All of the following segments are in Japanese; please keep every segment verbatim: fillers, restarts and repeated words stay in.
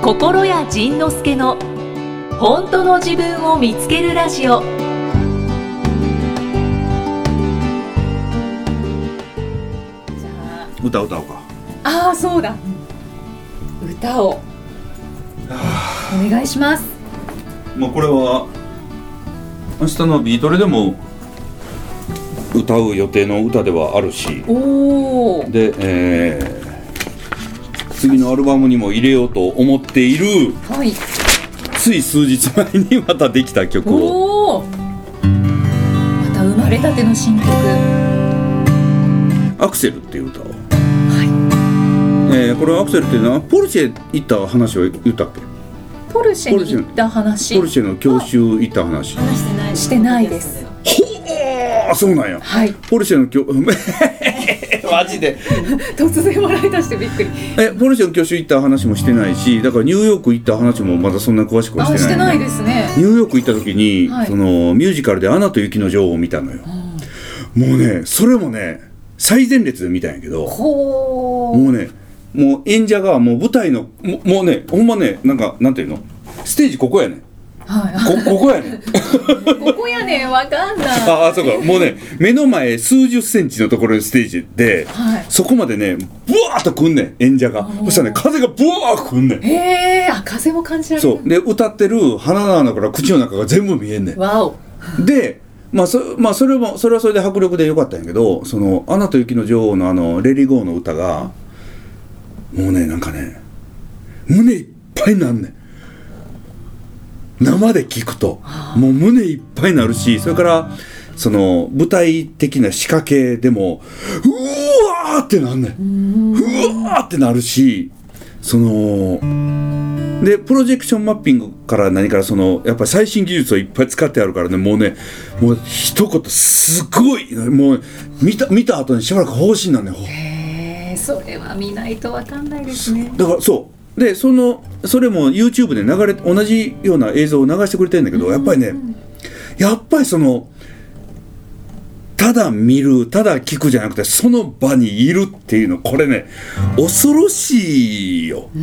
心谷仁之助の本当の自分を見つけるラジオ。 歌歌おうか。 ああそうだ、歌をお願いします。 まあ、これは明日のビートレでも歌う予定の歌ではあるし、 おーで、えー、次のアルバムにも入れようと思っている、 はい、 つい数日前にまたできた曲を、 おーまた生まれたての新曲、 アクセルっていう歌を、はい、えー、これアクセルっていうのはポルシェ行った話を言ったっけ？ ポルシェに行った話、 ポルシェの教習行った話話してない、してないです。 あ、そうなんや、はい、ポルシェの教マジで突然笑い出してびっくり。 えポルシェの教習行った話もしてないし、だからニューヨーク行った話もまだそんな詳しくはしてない、ね、 あ、してないですね。 ニューヨーク行った時に、 はい、 そのミュージカルでアナと雪の女王を見たのよ、うん、もうねそれもね最前列で見たんやけど、 ほもうねもう演者がもう舞台の も, もうねほんまねなんかなんていうのステージここやね、はい、こ, ここやねここやねん、わかんない。 ああ、そうか、もうね目の前数十センチのところのステージで、はい、そこまでねブワーッと来んねん演者が。そしたらね風がブワーッと来んねん。 へえ、あ、風も感じられる。 そうで歌ってる鼻の穴から口の中が全部見えんねん。 わお。 でまあ そ, まあ、それもそれはそれで迫力でよかったんやけど、そのアナと雪の女王のあのレリゴーの歌がもうねなんかね胸いっぱいになんねん。生で聞くともう胸いっぱいになるし、それからその舞台的な仕掛けでもうわーってなんねん、うわーってなるし、そのでプロジェクションマッピングから何からそのやっぱり最新技術をいっぱい使ってあるからね、もうねもう一言すごいもう見た見た後にしばらく放心なんねん。 へー、それは見ないと分かんないですね。 だからそうでそのそれも YouTube で流れ同じような映像を流してくれてるんだけど、やっぱりねやっぱりそのただ見るただ聞くじゃなくてその場にいるっていうの、これね恐ろしいよ。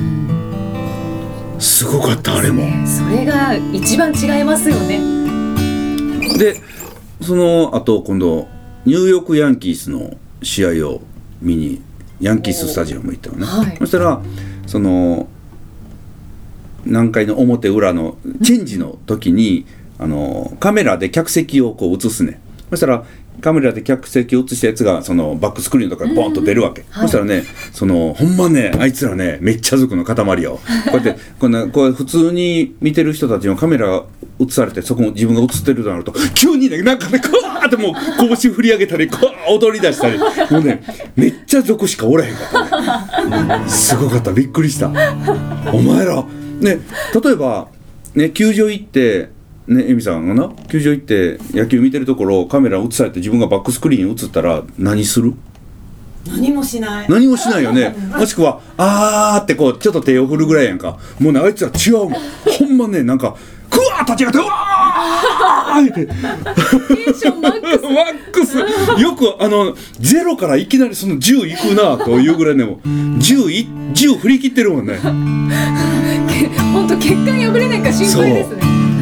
すごかったあれも、ね、 それが一番違いますよね。 でその後今度ニューヨークヤンキースの試合を見にヤンキーススタジアム行ったのね、はい、そしたらその何回の表裏のチェンジの時にあのカメラで客席をこう映すね。そしたらカメラで客席を映したやつがそのバックスクリーンのとかにボンと出るわけ、うんうん、そしたらねそのほんまねあいつらねめっちゃ族の塊よ。こうやってこんなこう普通に見てる人たちのカメラ映されてそこも自分が映ってるとなると急にねなんかねこわーってもう拳振り上げたりこう踊り出したりもうねめっちゃ族しかおらへんかったね。すごかった、びっくりした。お前らね例えばね球場行ってね、エミさんがな球場行って野球見てるところカメラ映されて自分がバックスクリーンに映ったら何する？ 何もしない。 何もしないよね。もしくはあーってこうちょっと手を振るぐらいやんか。もうねあいつは違うもん。ほんまねなんかクワー立ち上がってうわーってテンションマックスマックスよくあのゼロからいきなりそのじゅういくなというぐらいでもじゅう、じゅう振り切ってるもんね。 ほんと血管破れないか心配ですね。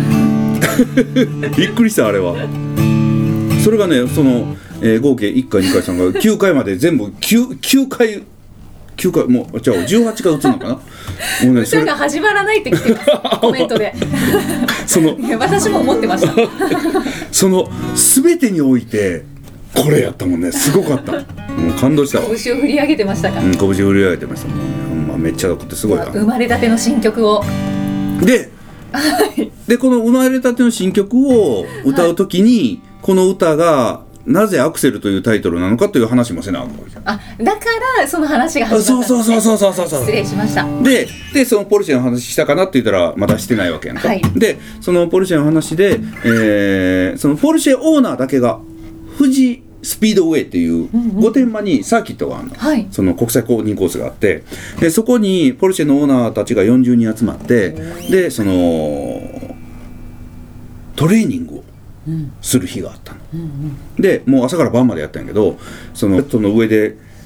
びっくりしたあれは。それがねその、えー、合計いっかいにかいさんかいきゅうかいまで全部 9, きゅうかいきゅうかいもうじゃあじゅうはちかい打つのかな。もうねそれが始まらないって来てますコメントでそのいや私も思ってましたその全てにおいてこれやったもんね。すごかった。もう感動したわ。 拳を振り上げてましたか。 うん、拳を振り上げてましたもんね。ほんまめっちゃよくてすごいな。 生まれたての新曲をででこの生まれたての新曲を歌うときに、はい、この歌がなぜアクセルというタイトルなのかという話もせなあかんわけじゃん。 あ、だからその話が始まったんですね。 そうそうそうそうそうそう。 失礼しました。 で、でそのポルシェの話したかなって言ったらまだしてないわけやんか、はい、でそのポルシェの話で、えー、そのポルシェオーナーだけが富士スピードウェイっていう御殿場にサーキットがあるの、うんうん、その国際公認コースがあって、でそこにポルシェのオーナーたちがよんじゅうにん集まって、でそのトレーニングをする日があったの、うんうん、でもう朝から晩までやったんやけど、そのベッドの上で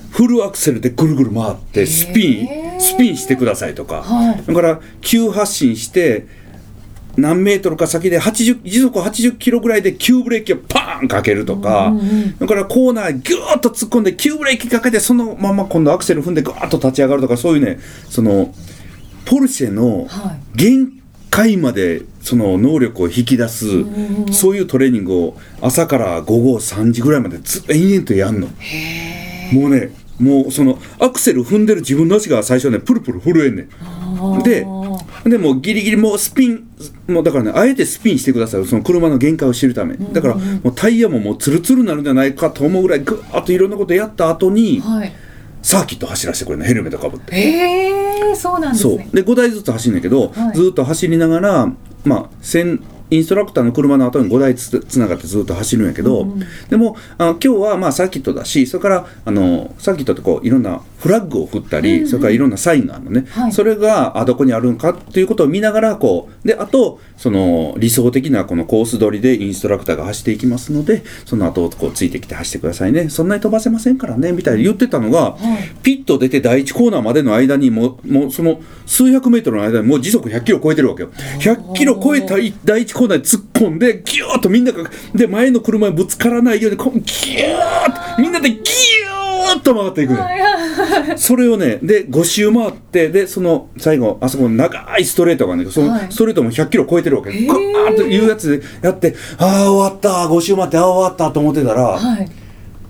フルアクセルでぐるぐる回ってスピンスピンしてくださいとか、 はい、 だから急発進して何メートルか先ではちじゅう時速はちじゅっキロぐらいで急ブレーキをパーンかけるとか、うんうん、だからコーナーギューッと突っ込んで急ブレーキかけてそのまま今度アクセル踏んでガーッと立ち上がるとか、そういうね、そのポルシェの限界までその能力を引き出す、うん、そういうトレーニングを朝から午後さんじぐらいまでずっと延々とやんの。へもうね、もうそのアクセル踏んでる自分の足が最初ねプルプル震えんねん。ででもうギリギリもうスピンもうだからね、あえてスピンしてください、その車の限界を知るため。だからもうタイヤももうツルツルになるんじゃないかと思うぐらいぐーっといろんなことやった後に、はい、サーキット走らせてくれるの、ヘルメットかぶって。 へー、そうなんですね。 そうでごだいずつ走るんだけど、はい、ずっと走りながら、まあ先インストラクターの車の後にごだい つ, つながってずっと走るんやけど、うん、でもあ今日はまあサーキットだし、それからあのサーキットってこういろんなフラッグを振ったり、うん、それからいろんなサインがあるのね、はい、それがあどこにあるのかっていうことを見ながらこうで、あとその理想的なこのコース取りでインストラクターが走っていきますので、その後こうついてきて走ってくださいね、そんなに飛ばせませんからねみたいに言ってたのが、はい、ピット出てだいいちコーナーまでの間にもう、もうその数百メートルの間にもう時速ひゃっキロ超えてるわけよ。ひゃっキロ超えただいいちコーナーに突っ込んででギューッとみんながで前の車にぶつからないようにこうギューッとみんなでギューッと回っていくね。それをねでご周回ってでその最後あそこの長いストレートがね、そのストレートもひゃっキロ超えてるわけ、はい、ガーッというやつでやって、ああ終わったご周回ってああ終わったと思ってたら、はい、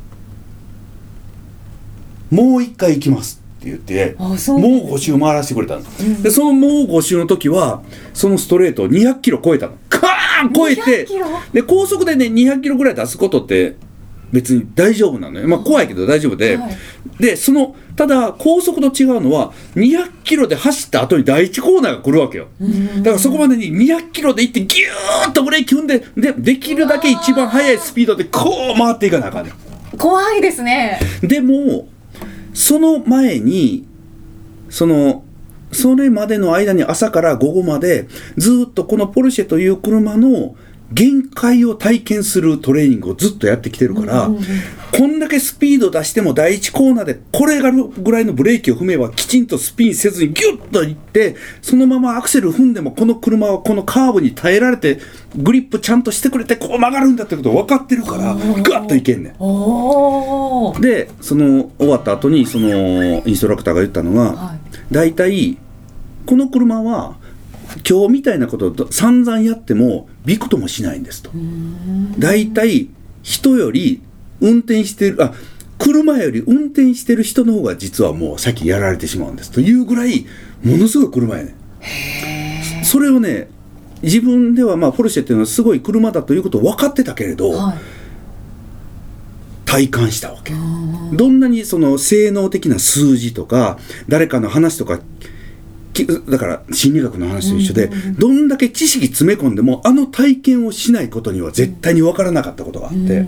もう一回行きますって言ってもうご周回らせてくれたの、うん、でそのもうご周の時はそのストレートをにひゃっキロ超えたの。カーン超えてで高速でねにひゃっキロぐらい出すことって別に大丈夫なのよ、まあ、怖いけど大丈夫で、はい、でそのただ高速と違うのはにひゃっキロで走った後にだいいちコーナーが来るわけよ。だからそこまでににひゃっキロで行ってギューッとブレーキ踏んで で, できるだけ一番速いスピードでこう回っていかなあかんねん。 怖いですね。 でもその前にそのそれまでの間に朝から午後までずっとこのポルシェという車の限界を体験するトレーニングをずっとやってきてるから、うんうんうん、こんだけスピード出してもだいいちコーナーでこれがぐらいのブレーキを踏めばきちんとスピンせずにギュッといってそのままアクセル踏んでもこの車はこのカーブに耐えられてグリップちゃんとしてくれてこう曲がるんだってこと分かってるからガッといけんねん。おでその終わった後にそのインストラクターが言ったのが、はい、だいたいこの車は今日みたいなことを散々やってもびくともしないんですと。だいたい人より運転してるあ車より運転してる人の方が実はもう先やられてしまうんですというぐらいものすごい車やね。へそれをね自分ではまあポルシェっていうのはすごい車だということを分かってたけれど、はい、体感したわけ。どんなにその性能的な数字とか誰かの話とかだから心理学の話と一緒で、うんうんうん、どんだけ知識詰め込んでもあの体験をしないことには絶対に分からなかったことがあって、うんうんうん、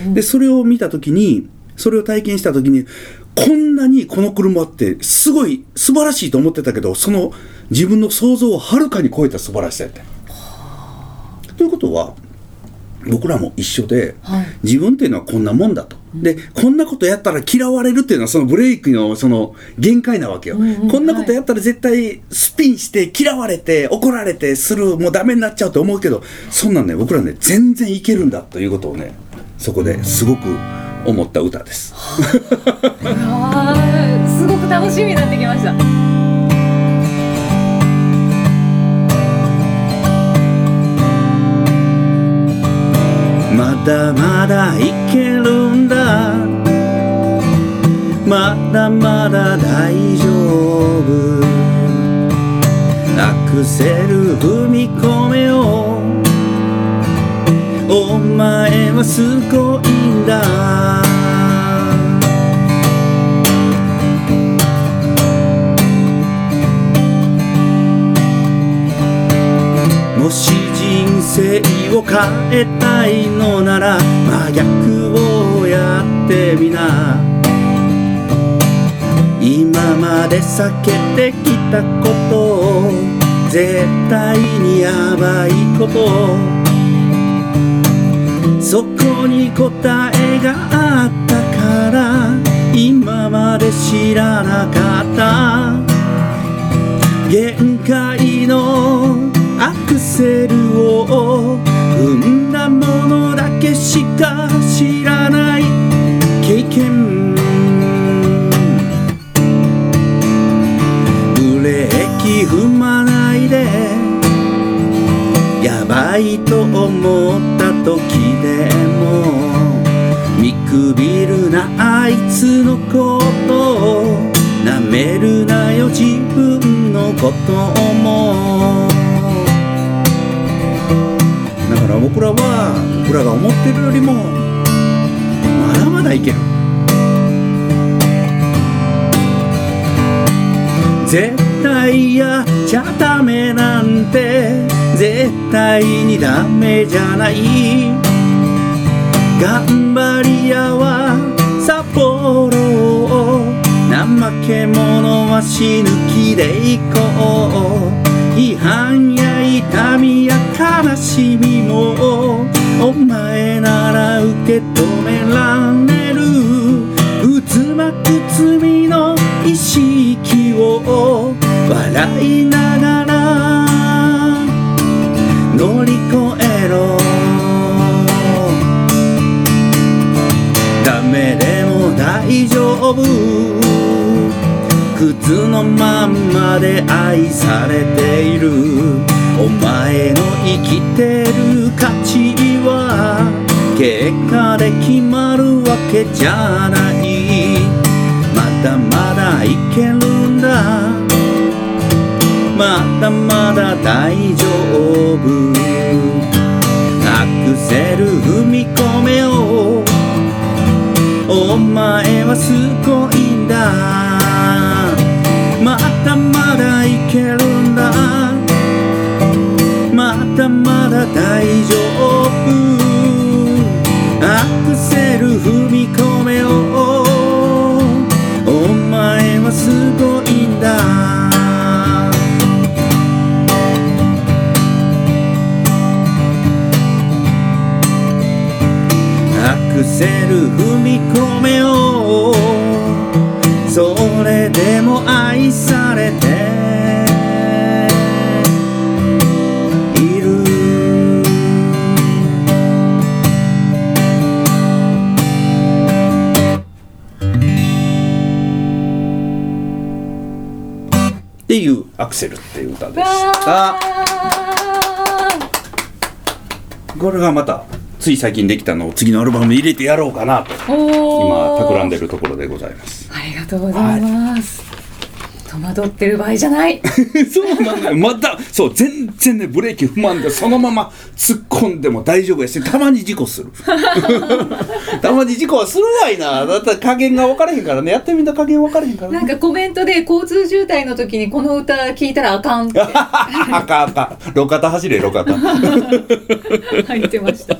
でそれを見た時にそれを体験した時にこんなにこの車ってすごい素晴らしいと思ってたけどその自分の想像をはるかに超えた素晴らしさやった。ということは僕らも一緒で、はい、自分っていうのはこんなもんだと。でこんなことやったら嫌われるっていうのはそのブレーキのその限界なわけよ、うんうん、こんなことやったら絶対スピンして嫌われて怒られてするもうダメになっちゃうと思うけどそんなんね僕らね全然いけるんだということをねそこですごく思った歌です。 あすごく楽しみになってきました。 まだまだいけるんだまだまだ大丈夫アクセル踏み込めよお前はすごいんだもし人生を変えたいのなら真逆をやってみな今まで避けてきたこと絶対にヤバいことそこに答えがあったから今ままで知らなかった限界のアクセルを踏んだものだけしか知らない経験ブレーキ踏まないでやばいと思った時でも見くびるなあいつのことをなめるなよ自分のこともだから僕らは僕らが思ってるよりもまだまだいける絶対やっちゃダメなんて絶対にダメじゃない頑張り屋は札幌怠け者は死ぬ気でいこう違反や痛みや悲しみもお前なら受け止められる渦巻く罪の意識を笑いながら乗り越えろダメでも大丈夫靴のまんまで愛されているお前の生きてる価値は結果で決まるわけじゃないまだまだいけるんだまだまだ大丈夫アクセル踏み込めよお前はすごいんだまだまだいけるんだまだまだ大丈夫アクセル踏み込めよお前はすごいんだアクセル踏み込めよそれでも愛されているっていうアクセルっていう歌でしたこれがまたつい最近できたのを次のアルバムに入れてやろうかなと今企んでるところでございます。 ありがとうございます、はい、戸惑ってる場合じゃないそうなんだよまだそう全然ねブレーキ踏まんでそのまま突っ込んでも大丈夫やしたまに事故するたまに事故はするわいなだって加減が分からへんからねやってみた加減分からへんから、ね、 なんかコメントで交通渋滞の時にこの歌聞いたらあかんってあかんあかん路肩走れ路肩入ってました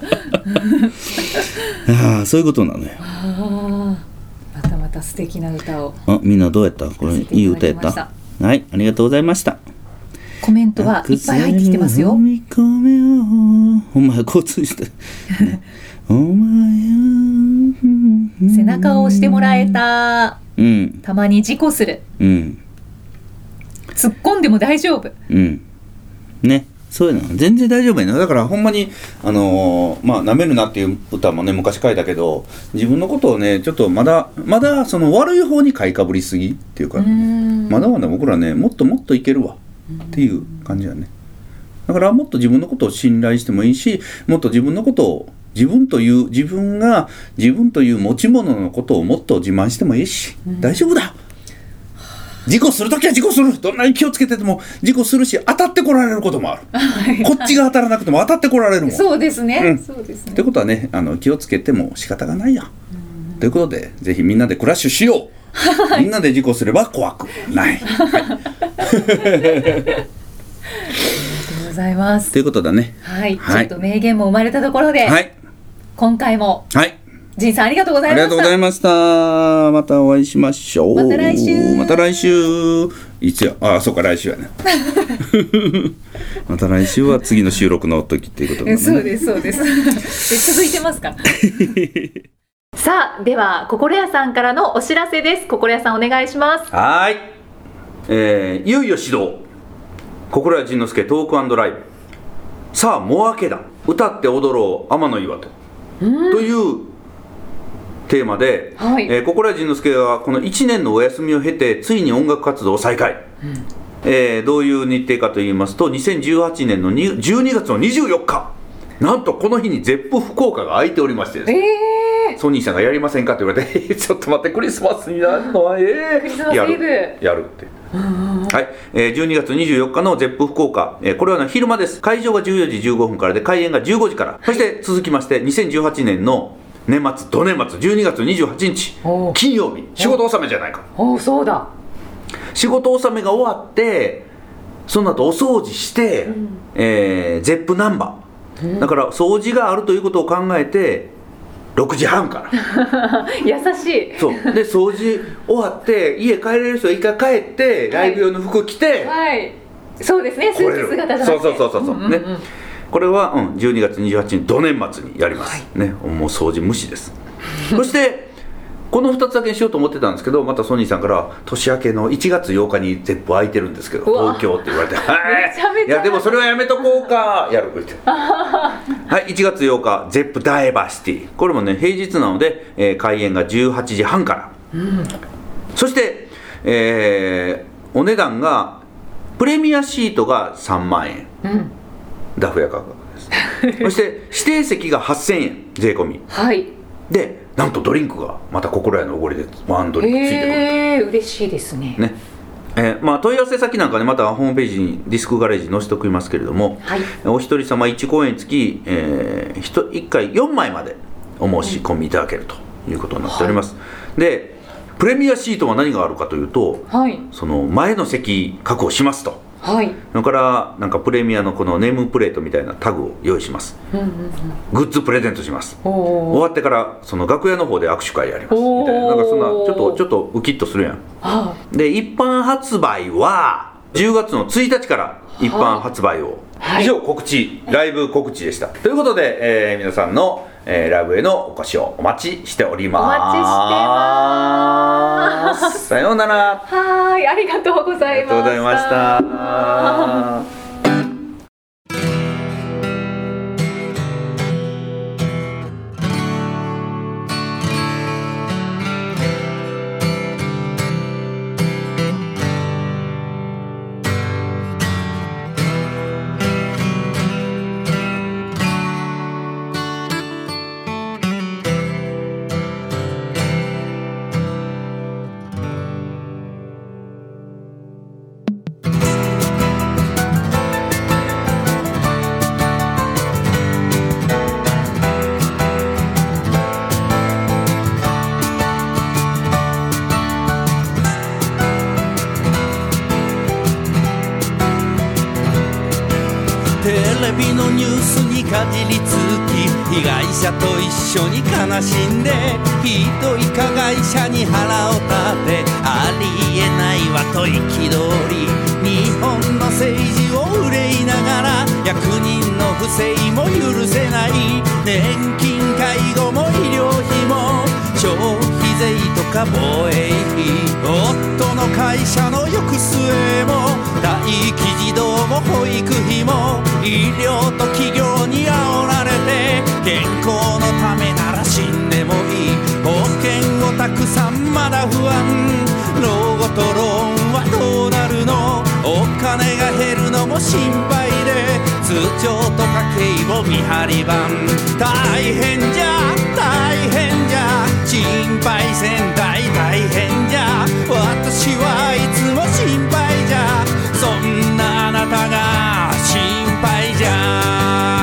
ああそういうことなのよあまたまた素敵な歌をあみんなどうやったこれいい歌やったはいありがとうございましたコメントはいっぱい入ってきてますよ踏み込めよお前交通してお前背中を押してもらえた、 うん、 たまに事故する、 うん、 突っ込んでも大丈夫、 うん、ねそういうの全然大丈夫やなだからほんまにあのー、まあなめるなっていう歌もね昔書いたけど自分のことをねちょっとまだまだその悪い方に買いかぶりすぎっていうか、ね、まだまだ僕らねもっともっといけるわっていう感じだねだからもっと自分のことを信頼してもいいしもっと自分のことを自分という自分が自分という持ち物のことをもっと自慢してもいいし大丈夫だ事故するときは事故するどんなに気をつけてても事故するし当たってこられることもあるこっちが当たらなくても当たってこられるもんそうですね、 うん、 そうですねってことはねあの気をつけても仕方がないやということでぜひみんなでクラッシュしよう、はい、みんなで事故すれば怖くない、はい、ありがとうございますということだね、 はい、はい、ちょっと名言も生まれたところで、はい、今回もはいジンさんありがとうございました。ありがとうございました。またお会いしましょう。また来週。また来週。いつや。ああ、そうか来週やね。また来週は次の収録の時っていうことだね。そうですそうです。で続いてますから。 さあ、では心屋さんからのお知らせです。心屋さん、お願いします。 はい、えー、いよいよ始動、心屋仁之助トーク&ライブ、さあもう明けだ、歌って踊ろう天の岩戸というテーマで、はい、えー、心屋仁之助はこのいちねんのお休みを経てついに音楽活動を再開、うん、えー、どういう日程かといいますと、にせんじゅうはちねんのじゅうにがつのにじゅうよっか、なんとこの日にゼップ福岡が空いておりましてですね、えー、ソニーさんがやりませんかって言われてちょっと待って、クリスマスになるのはえー、クリスマスイブやるってはい、えー、じゅうにがつにじゅうよっかのゼップ福岡、えー、これは、ね、昼間です。会場がじゅうよじじゅうごふんからで、開演がじゅうごじから、はい、そして続きましてにせんじゅうはちねんの年末、土年末じゅうにがつにじゅうはちにち金曜日、仕事納めじゃないか。 おお、そうだ。 仕事納めが終わって、その後お掃除して、うん、えー、ゼップナンバー、うん、だから掃除があるということを考えてろくじはんから優しい。 そうで、掃除終わって家帰れる人は一回帰って、はい、ライブ用の服着て、 はい、そうですね、スーツ姿じゃなくて、 そうそうそうそう、うんうんうん、ね、これは、うん、じゅうにがつにじゅうはちにち土年末にやります、はい、ね、もう掃除無視ですそしてこのふたつだけにしようと思ってたんですけど、またソニーさんから年明けのいちがつようかにゼップ空いてるんですけど東京って言われて、はいいやでもそれはやめとこうかやるってはい、いちがつようかゼップダイバーシティ、これもね平日なので、えー、開演がじゅうはちじはんから、うん、そして、えー、お値段がプレミアシートがさんまんえん、うん、ダフ屋価格ですそして指定席がはっせんえん税込み、 はい、 でなんとドリンクがまた心屋のおごりでワンドリンクついてくる、 えー、嬉しいですね。 ね、えーまあ、問い合わせ先なんかね、またホームページにディスクガレージに載せておきますけれども、はい、お一人様いち公演につき、えー、いっかいよんまいまでお申し込みいただけるということになっております、はい、でプレミアシートは何があるかというと、はい、その前の席確保しますと、はい、それからなんかプレミアのこのネームプレートみたいなタグを用意します、うんうんうん、グッズプレゼントします、終わってからその楽屋の方で握手会やりますみたいな、なんかそんなちょっとちょっとウキッとするやん、はあ、で一般発売はじゅうがつのついたちから一般発売を、はい、以上告知、ライブ告知でした、はい、ということで、えー、皆さんの、えー、ライブへのお越しをお待ちしております。 お待ちしてます。 さようなら。 はい、ありがとうございました。ありがとうございました。 テレビのニュースにかじりつき、被害者と一緒に悲しんで、ひどい加害者に腹を立て、ありえないわと憤り、日本の政治を憂いながら、役人の不正も許せない、年金介護も医療費も消費税とか防衛費、夫の会社の行く末も、待機児童も保育費も、医療と企業に煽られて、健康のためなら死んでもいい、保険をたくさんまだ不安、老後とローンはどうなるの、お金が減るのも心配で、通帳と家計簿見張り番、大変じゃ大変じゃ、心配せん大大変じゃ、私はいつも心配じゃ、そんなあなたが心配じゃ。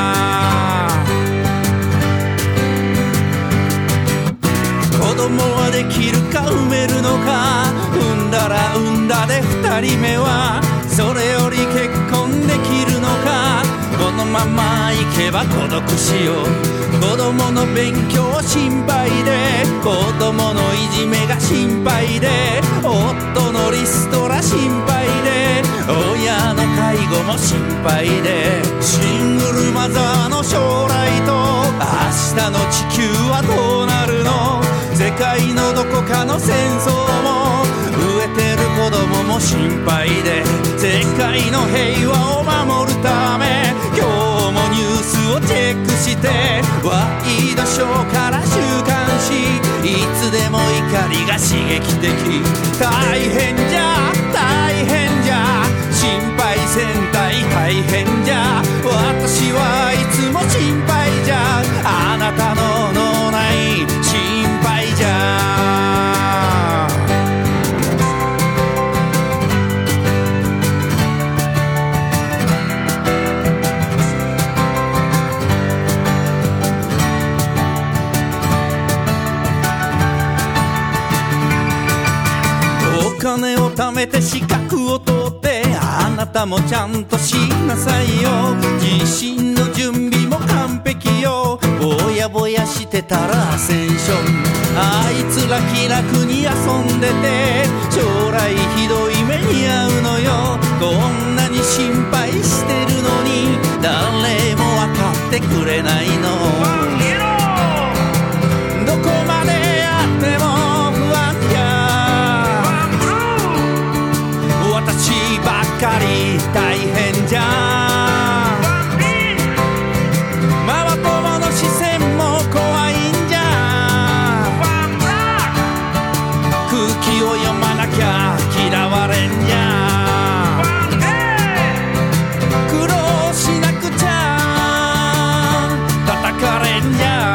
子供はできるか産めるのか、産んだら産んだで二人目はそれより結婚できるのか、このままいけば孤独死よ、子供の勉強心配で、子供のいじめが心配で、夫のリストラ心配で、親の介護も心配で、シングルマザーの将来と明日の地球はどうなるの、 ちのどこかの戦争も飢えてる子供も心配で世界の平和を守るため今日もニュースをチェックしてワイドショーから週刊誌いつでも怒りが刺激的大変じゃ大変じゃ心配戦隊大変じゃ私はいつも心配じゃあなたの脳内心配じゃお金を貯めて資格を取ってあなたもちゃんとしなさいよ自身の準備も完璧よぼやぼやしてたらアセンションあいつら気楽に遊んでて将来ひどい目に遭うのよこんなに心配してるのに誰も分かってくれないのどこまでやっても不安じゃ私ばっかり大変じゃママ友の視線も怖いんじゃ空気を読まなきゃ嫌われんじゃ苦労しなくちゃ叩かれんじゃ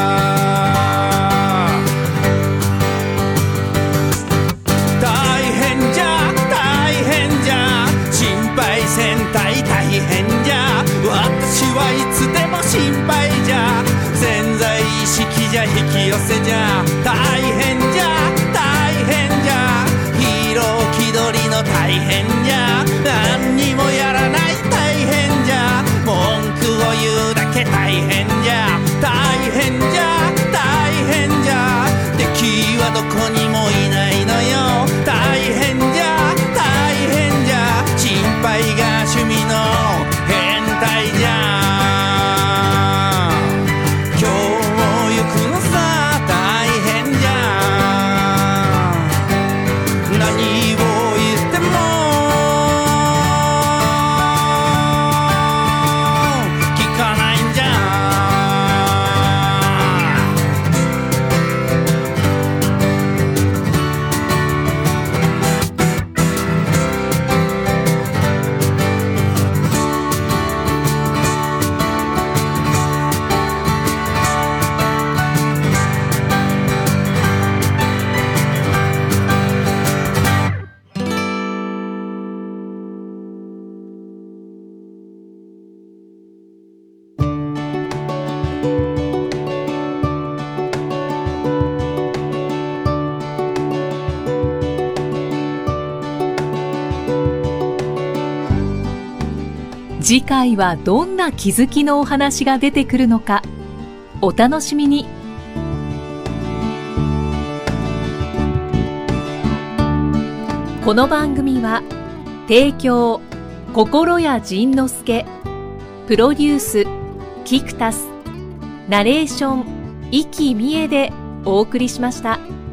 大変じゃ大変じゃ心配戦隊大変じゃ私はいつでも心配じゃ潜在意識じゃ引き寄せじゃ大変じゃ大変じゃヒーロー気取りの大変じゃ何にもやらない大変じゃ文句を言うだけ大変じゃ大変じゃ大変じゃ敵はどこにもいないのよ大変じゃ大変じゃ心配が趣味の変態じゃ今日も行くのさ大変じゃ何を言っても聞かないんじゃ次回はどんな気づきのお話が出てくるのかお楽しみに。この番組は提供心谷仁之助、プロデュースキクタス、ナレーション生きみえでお送りしました。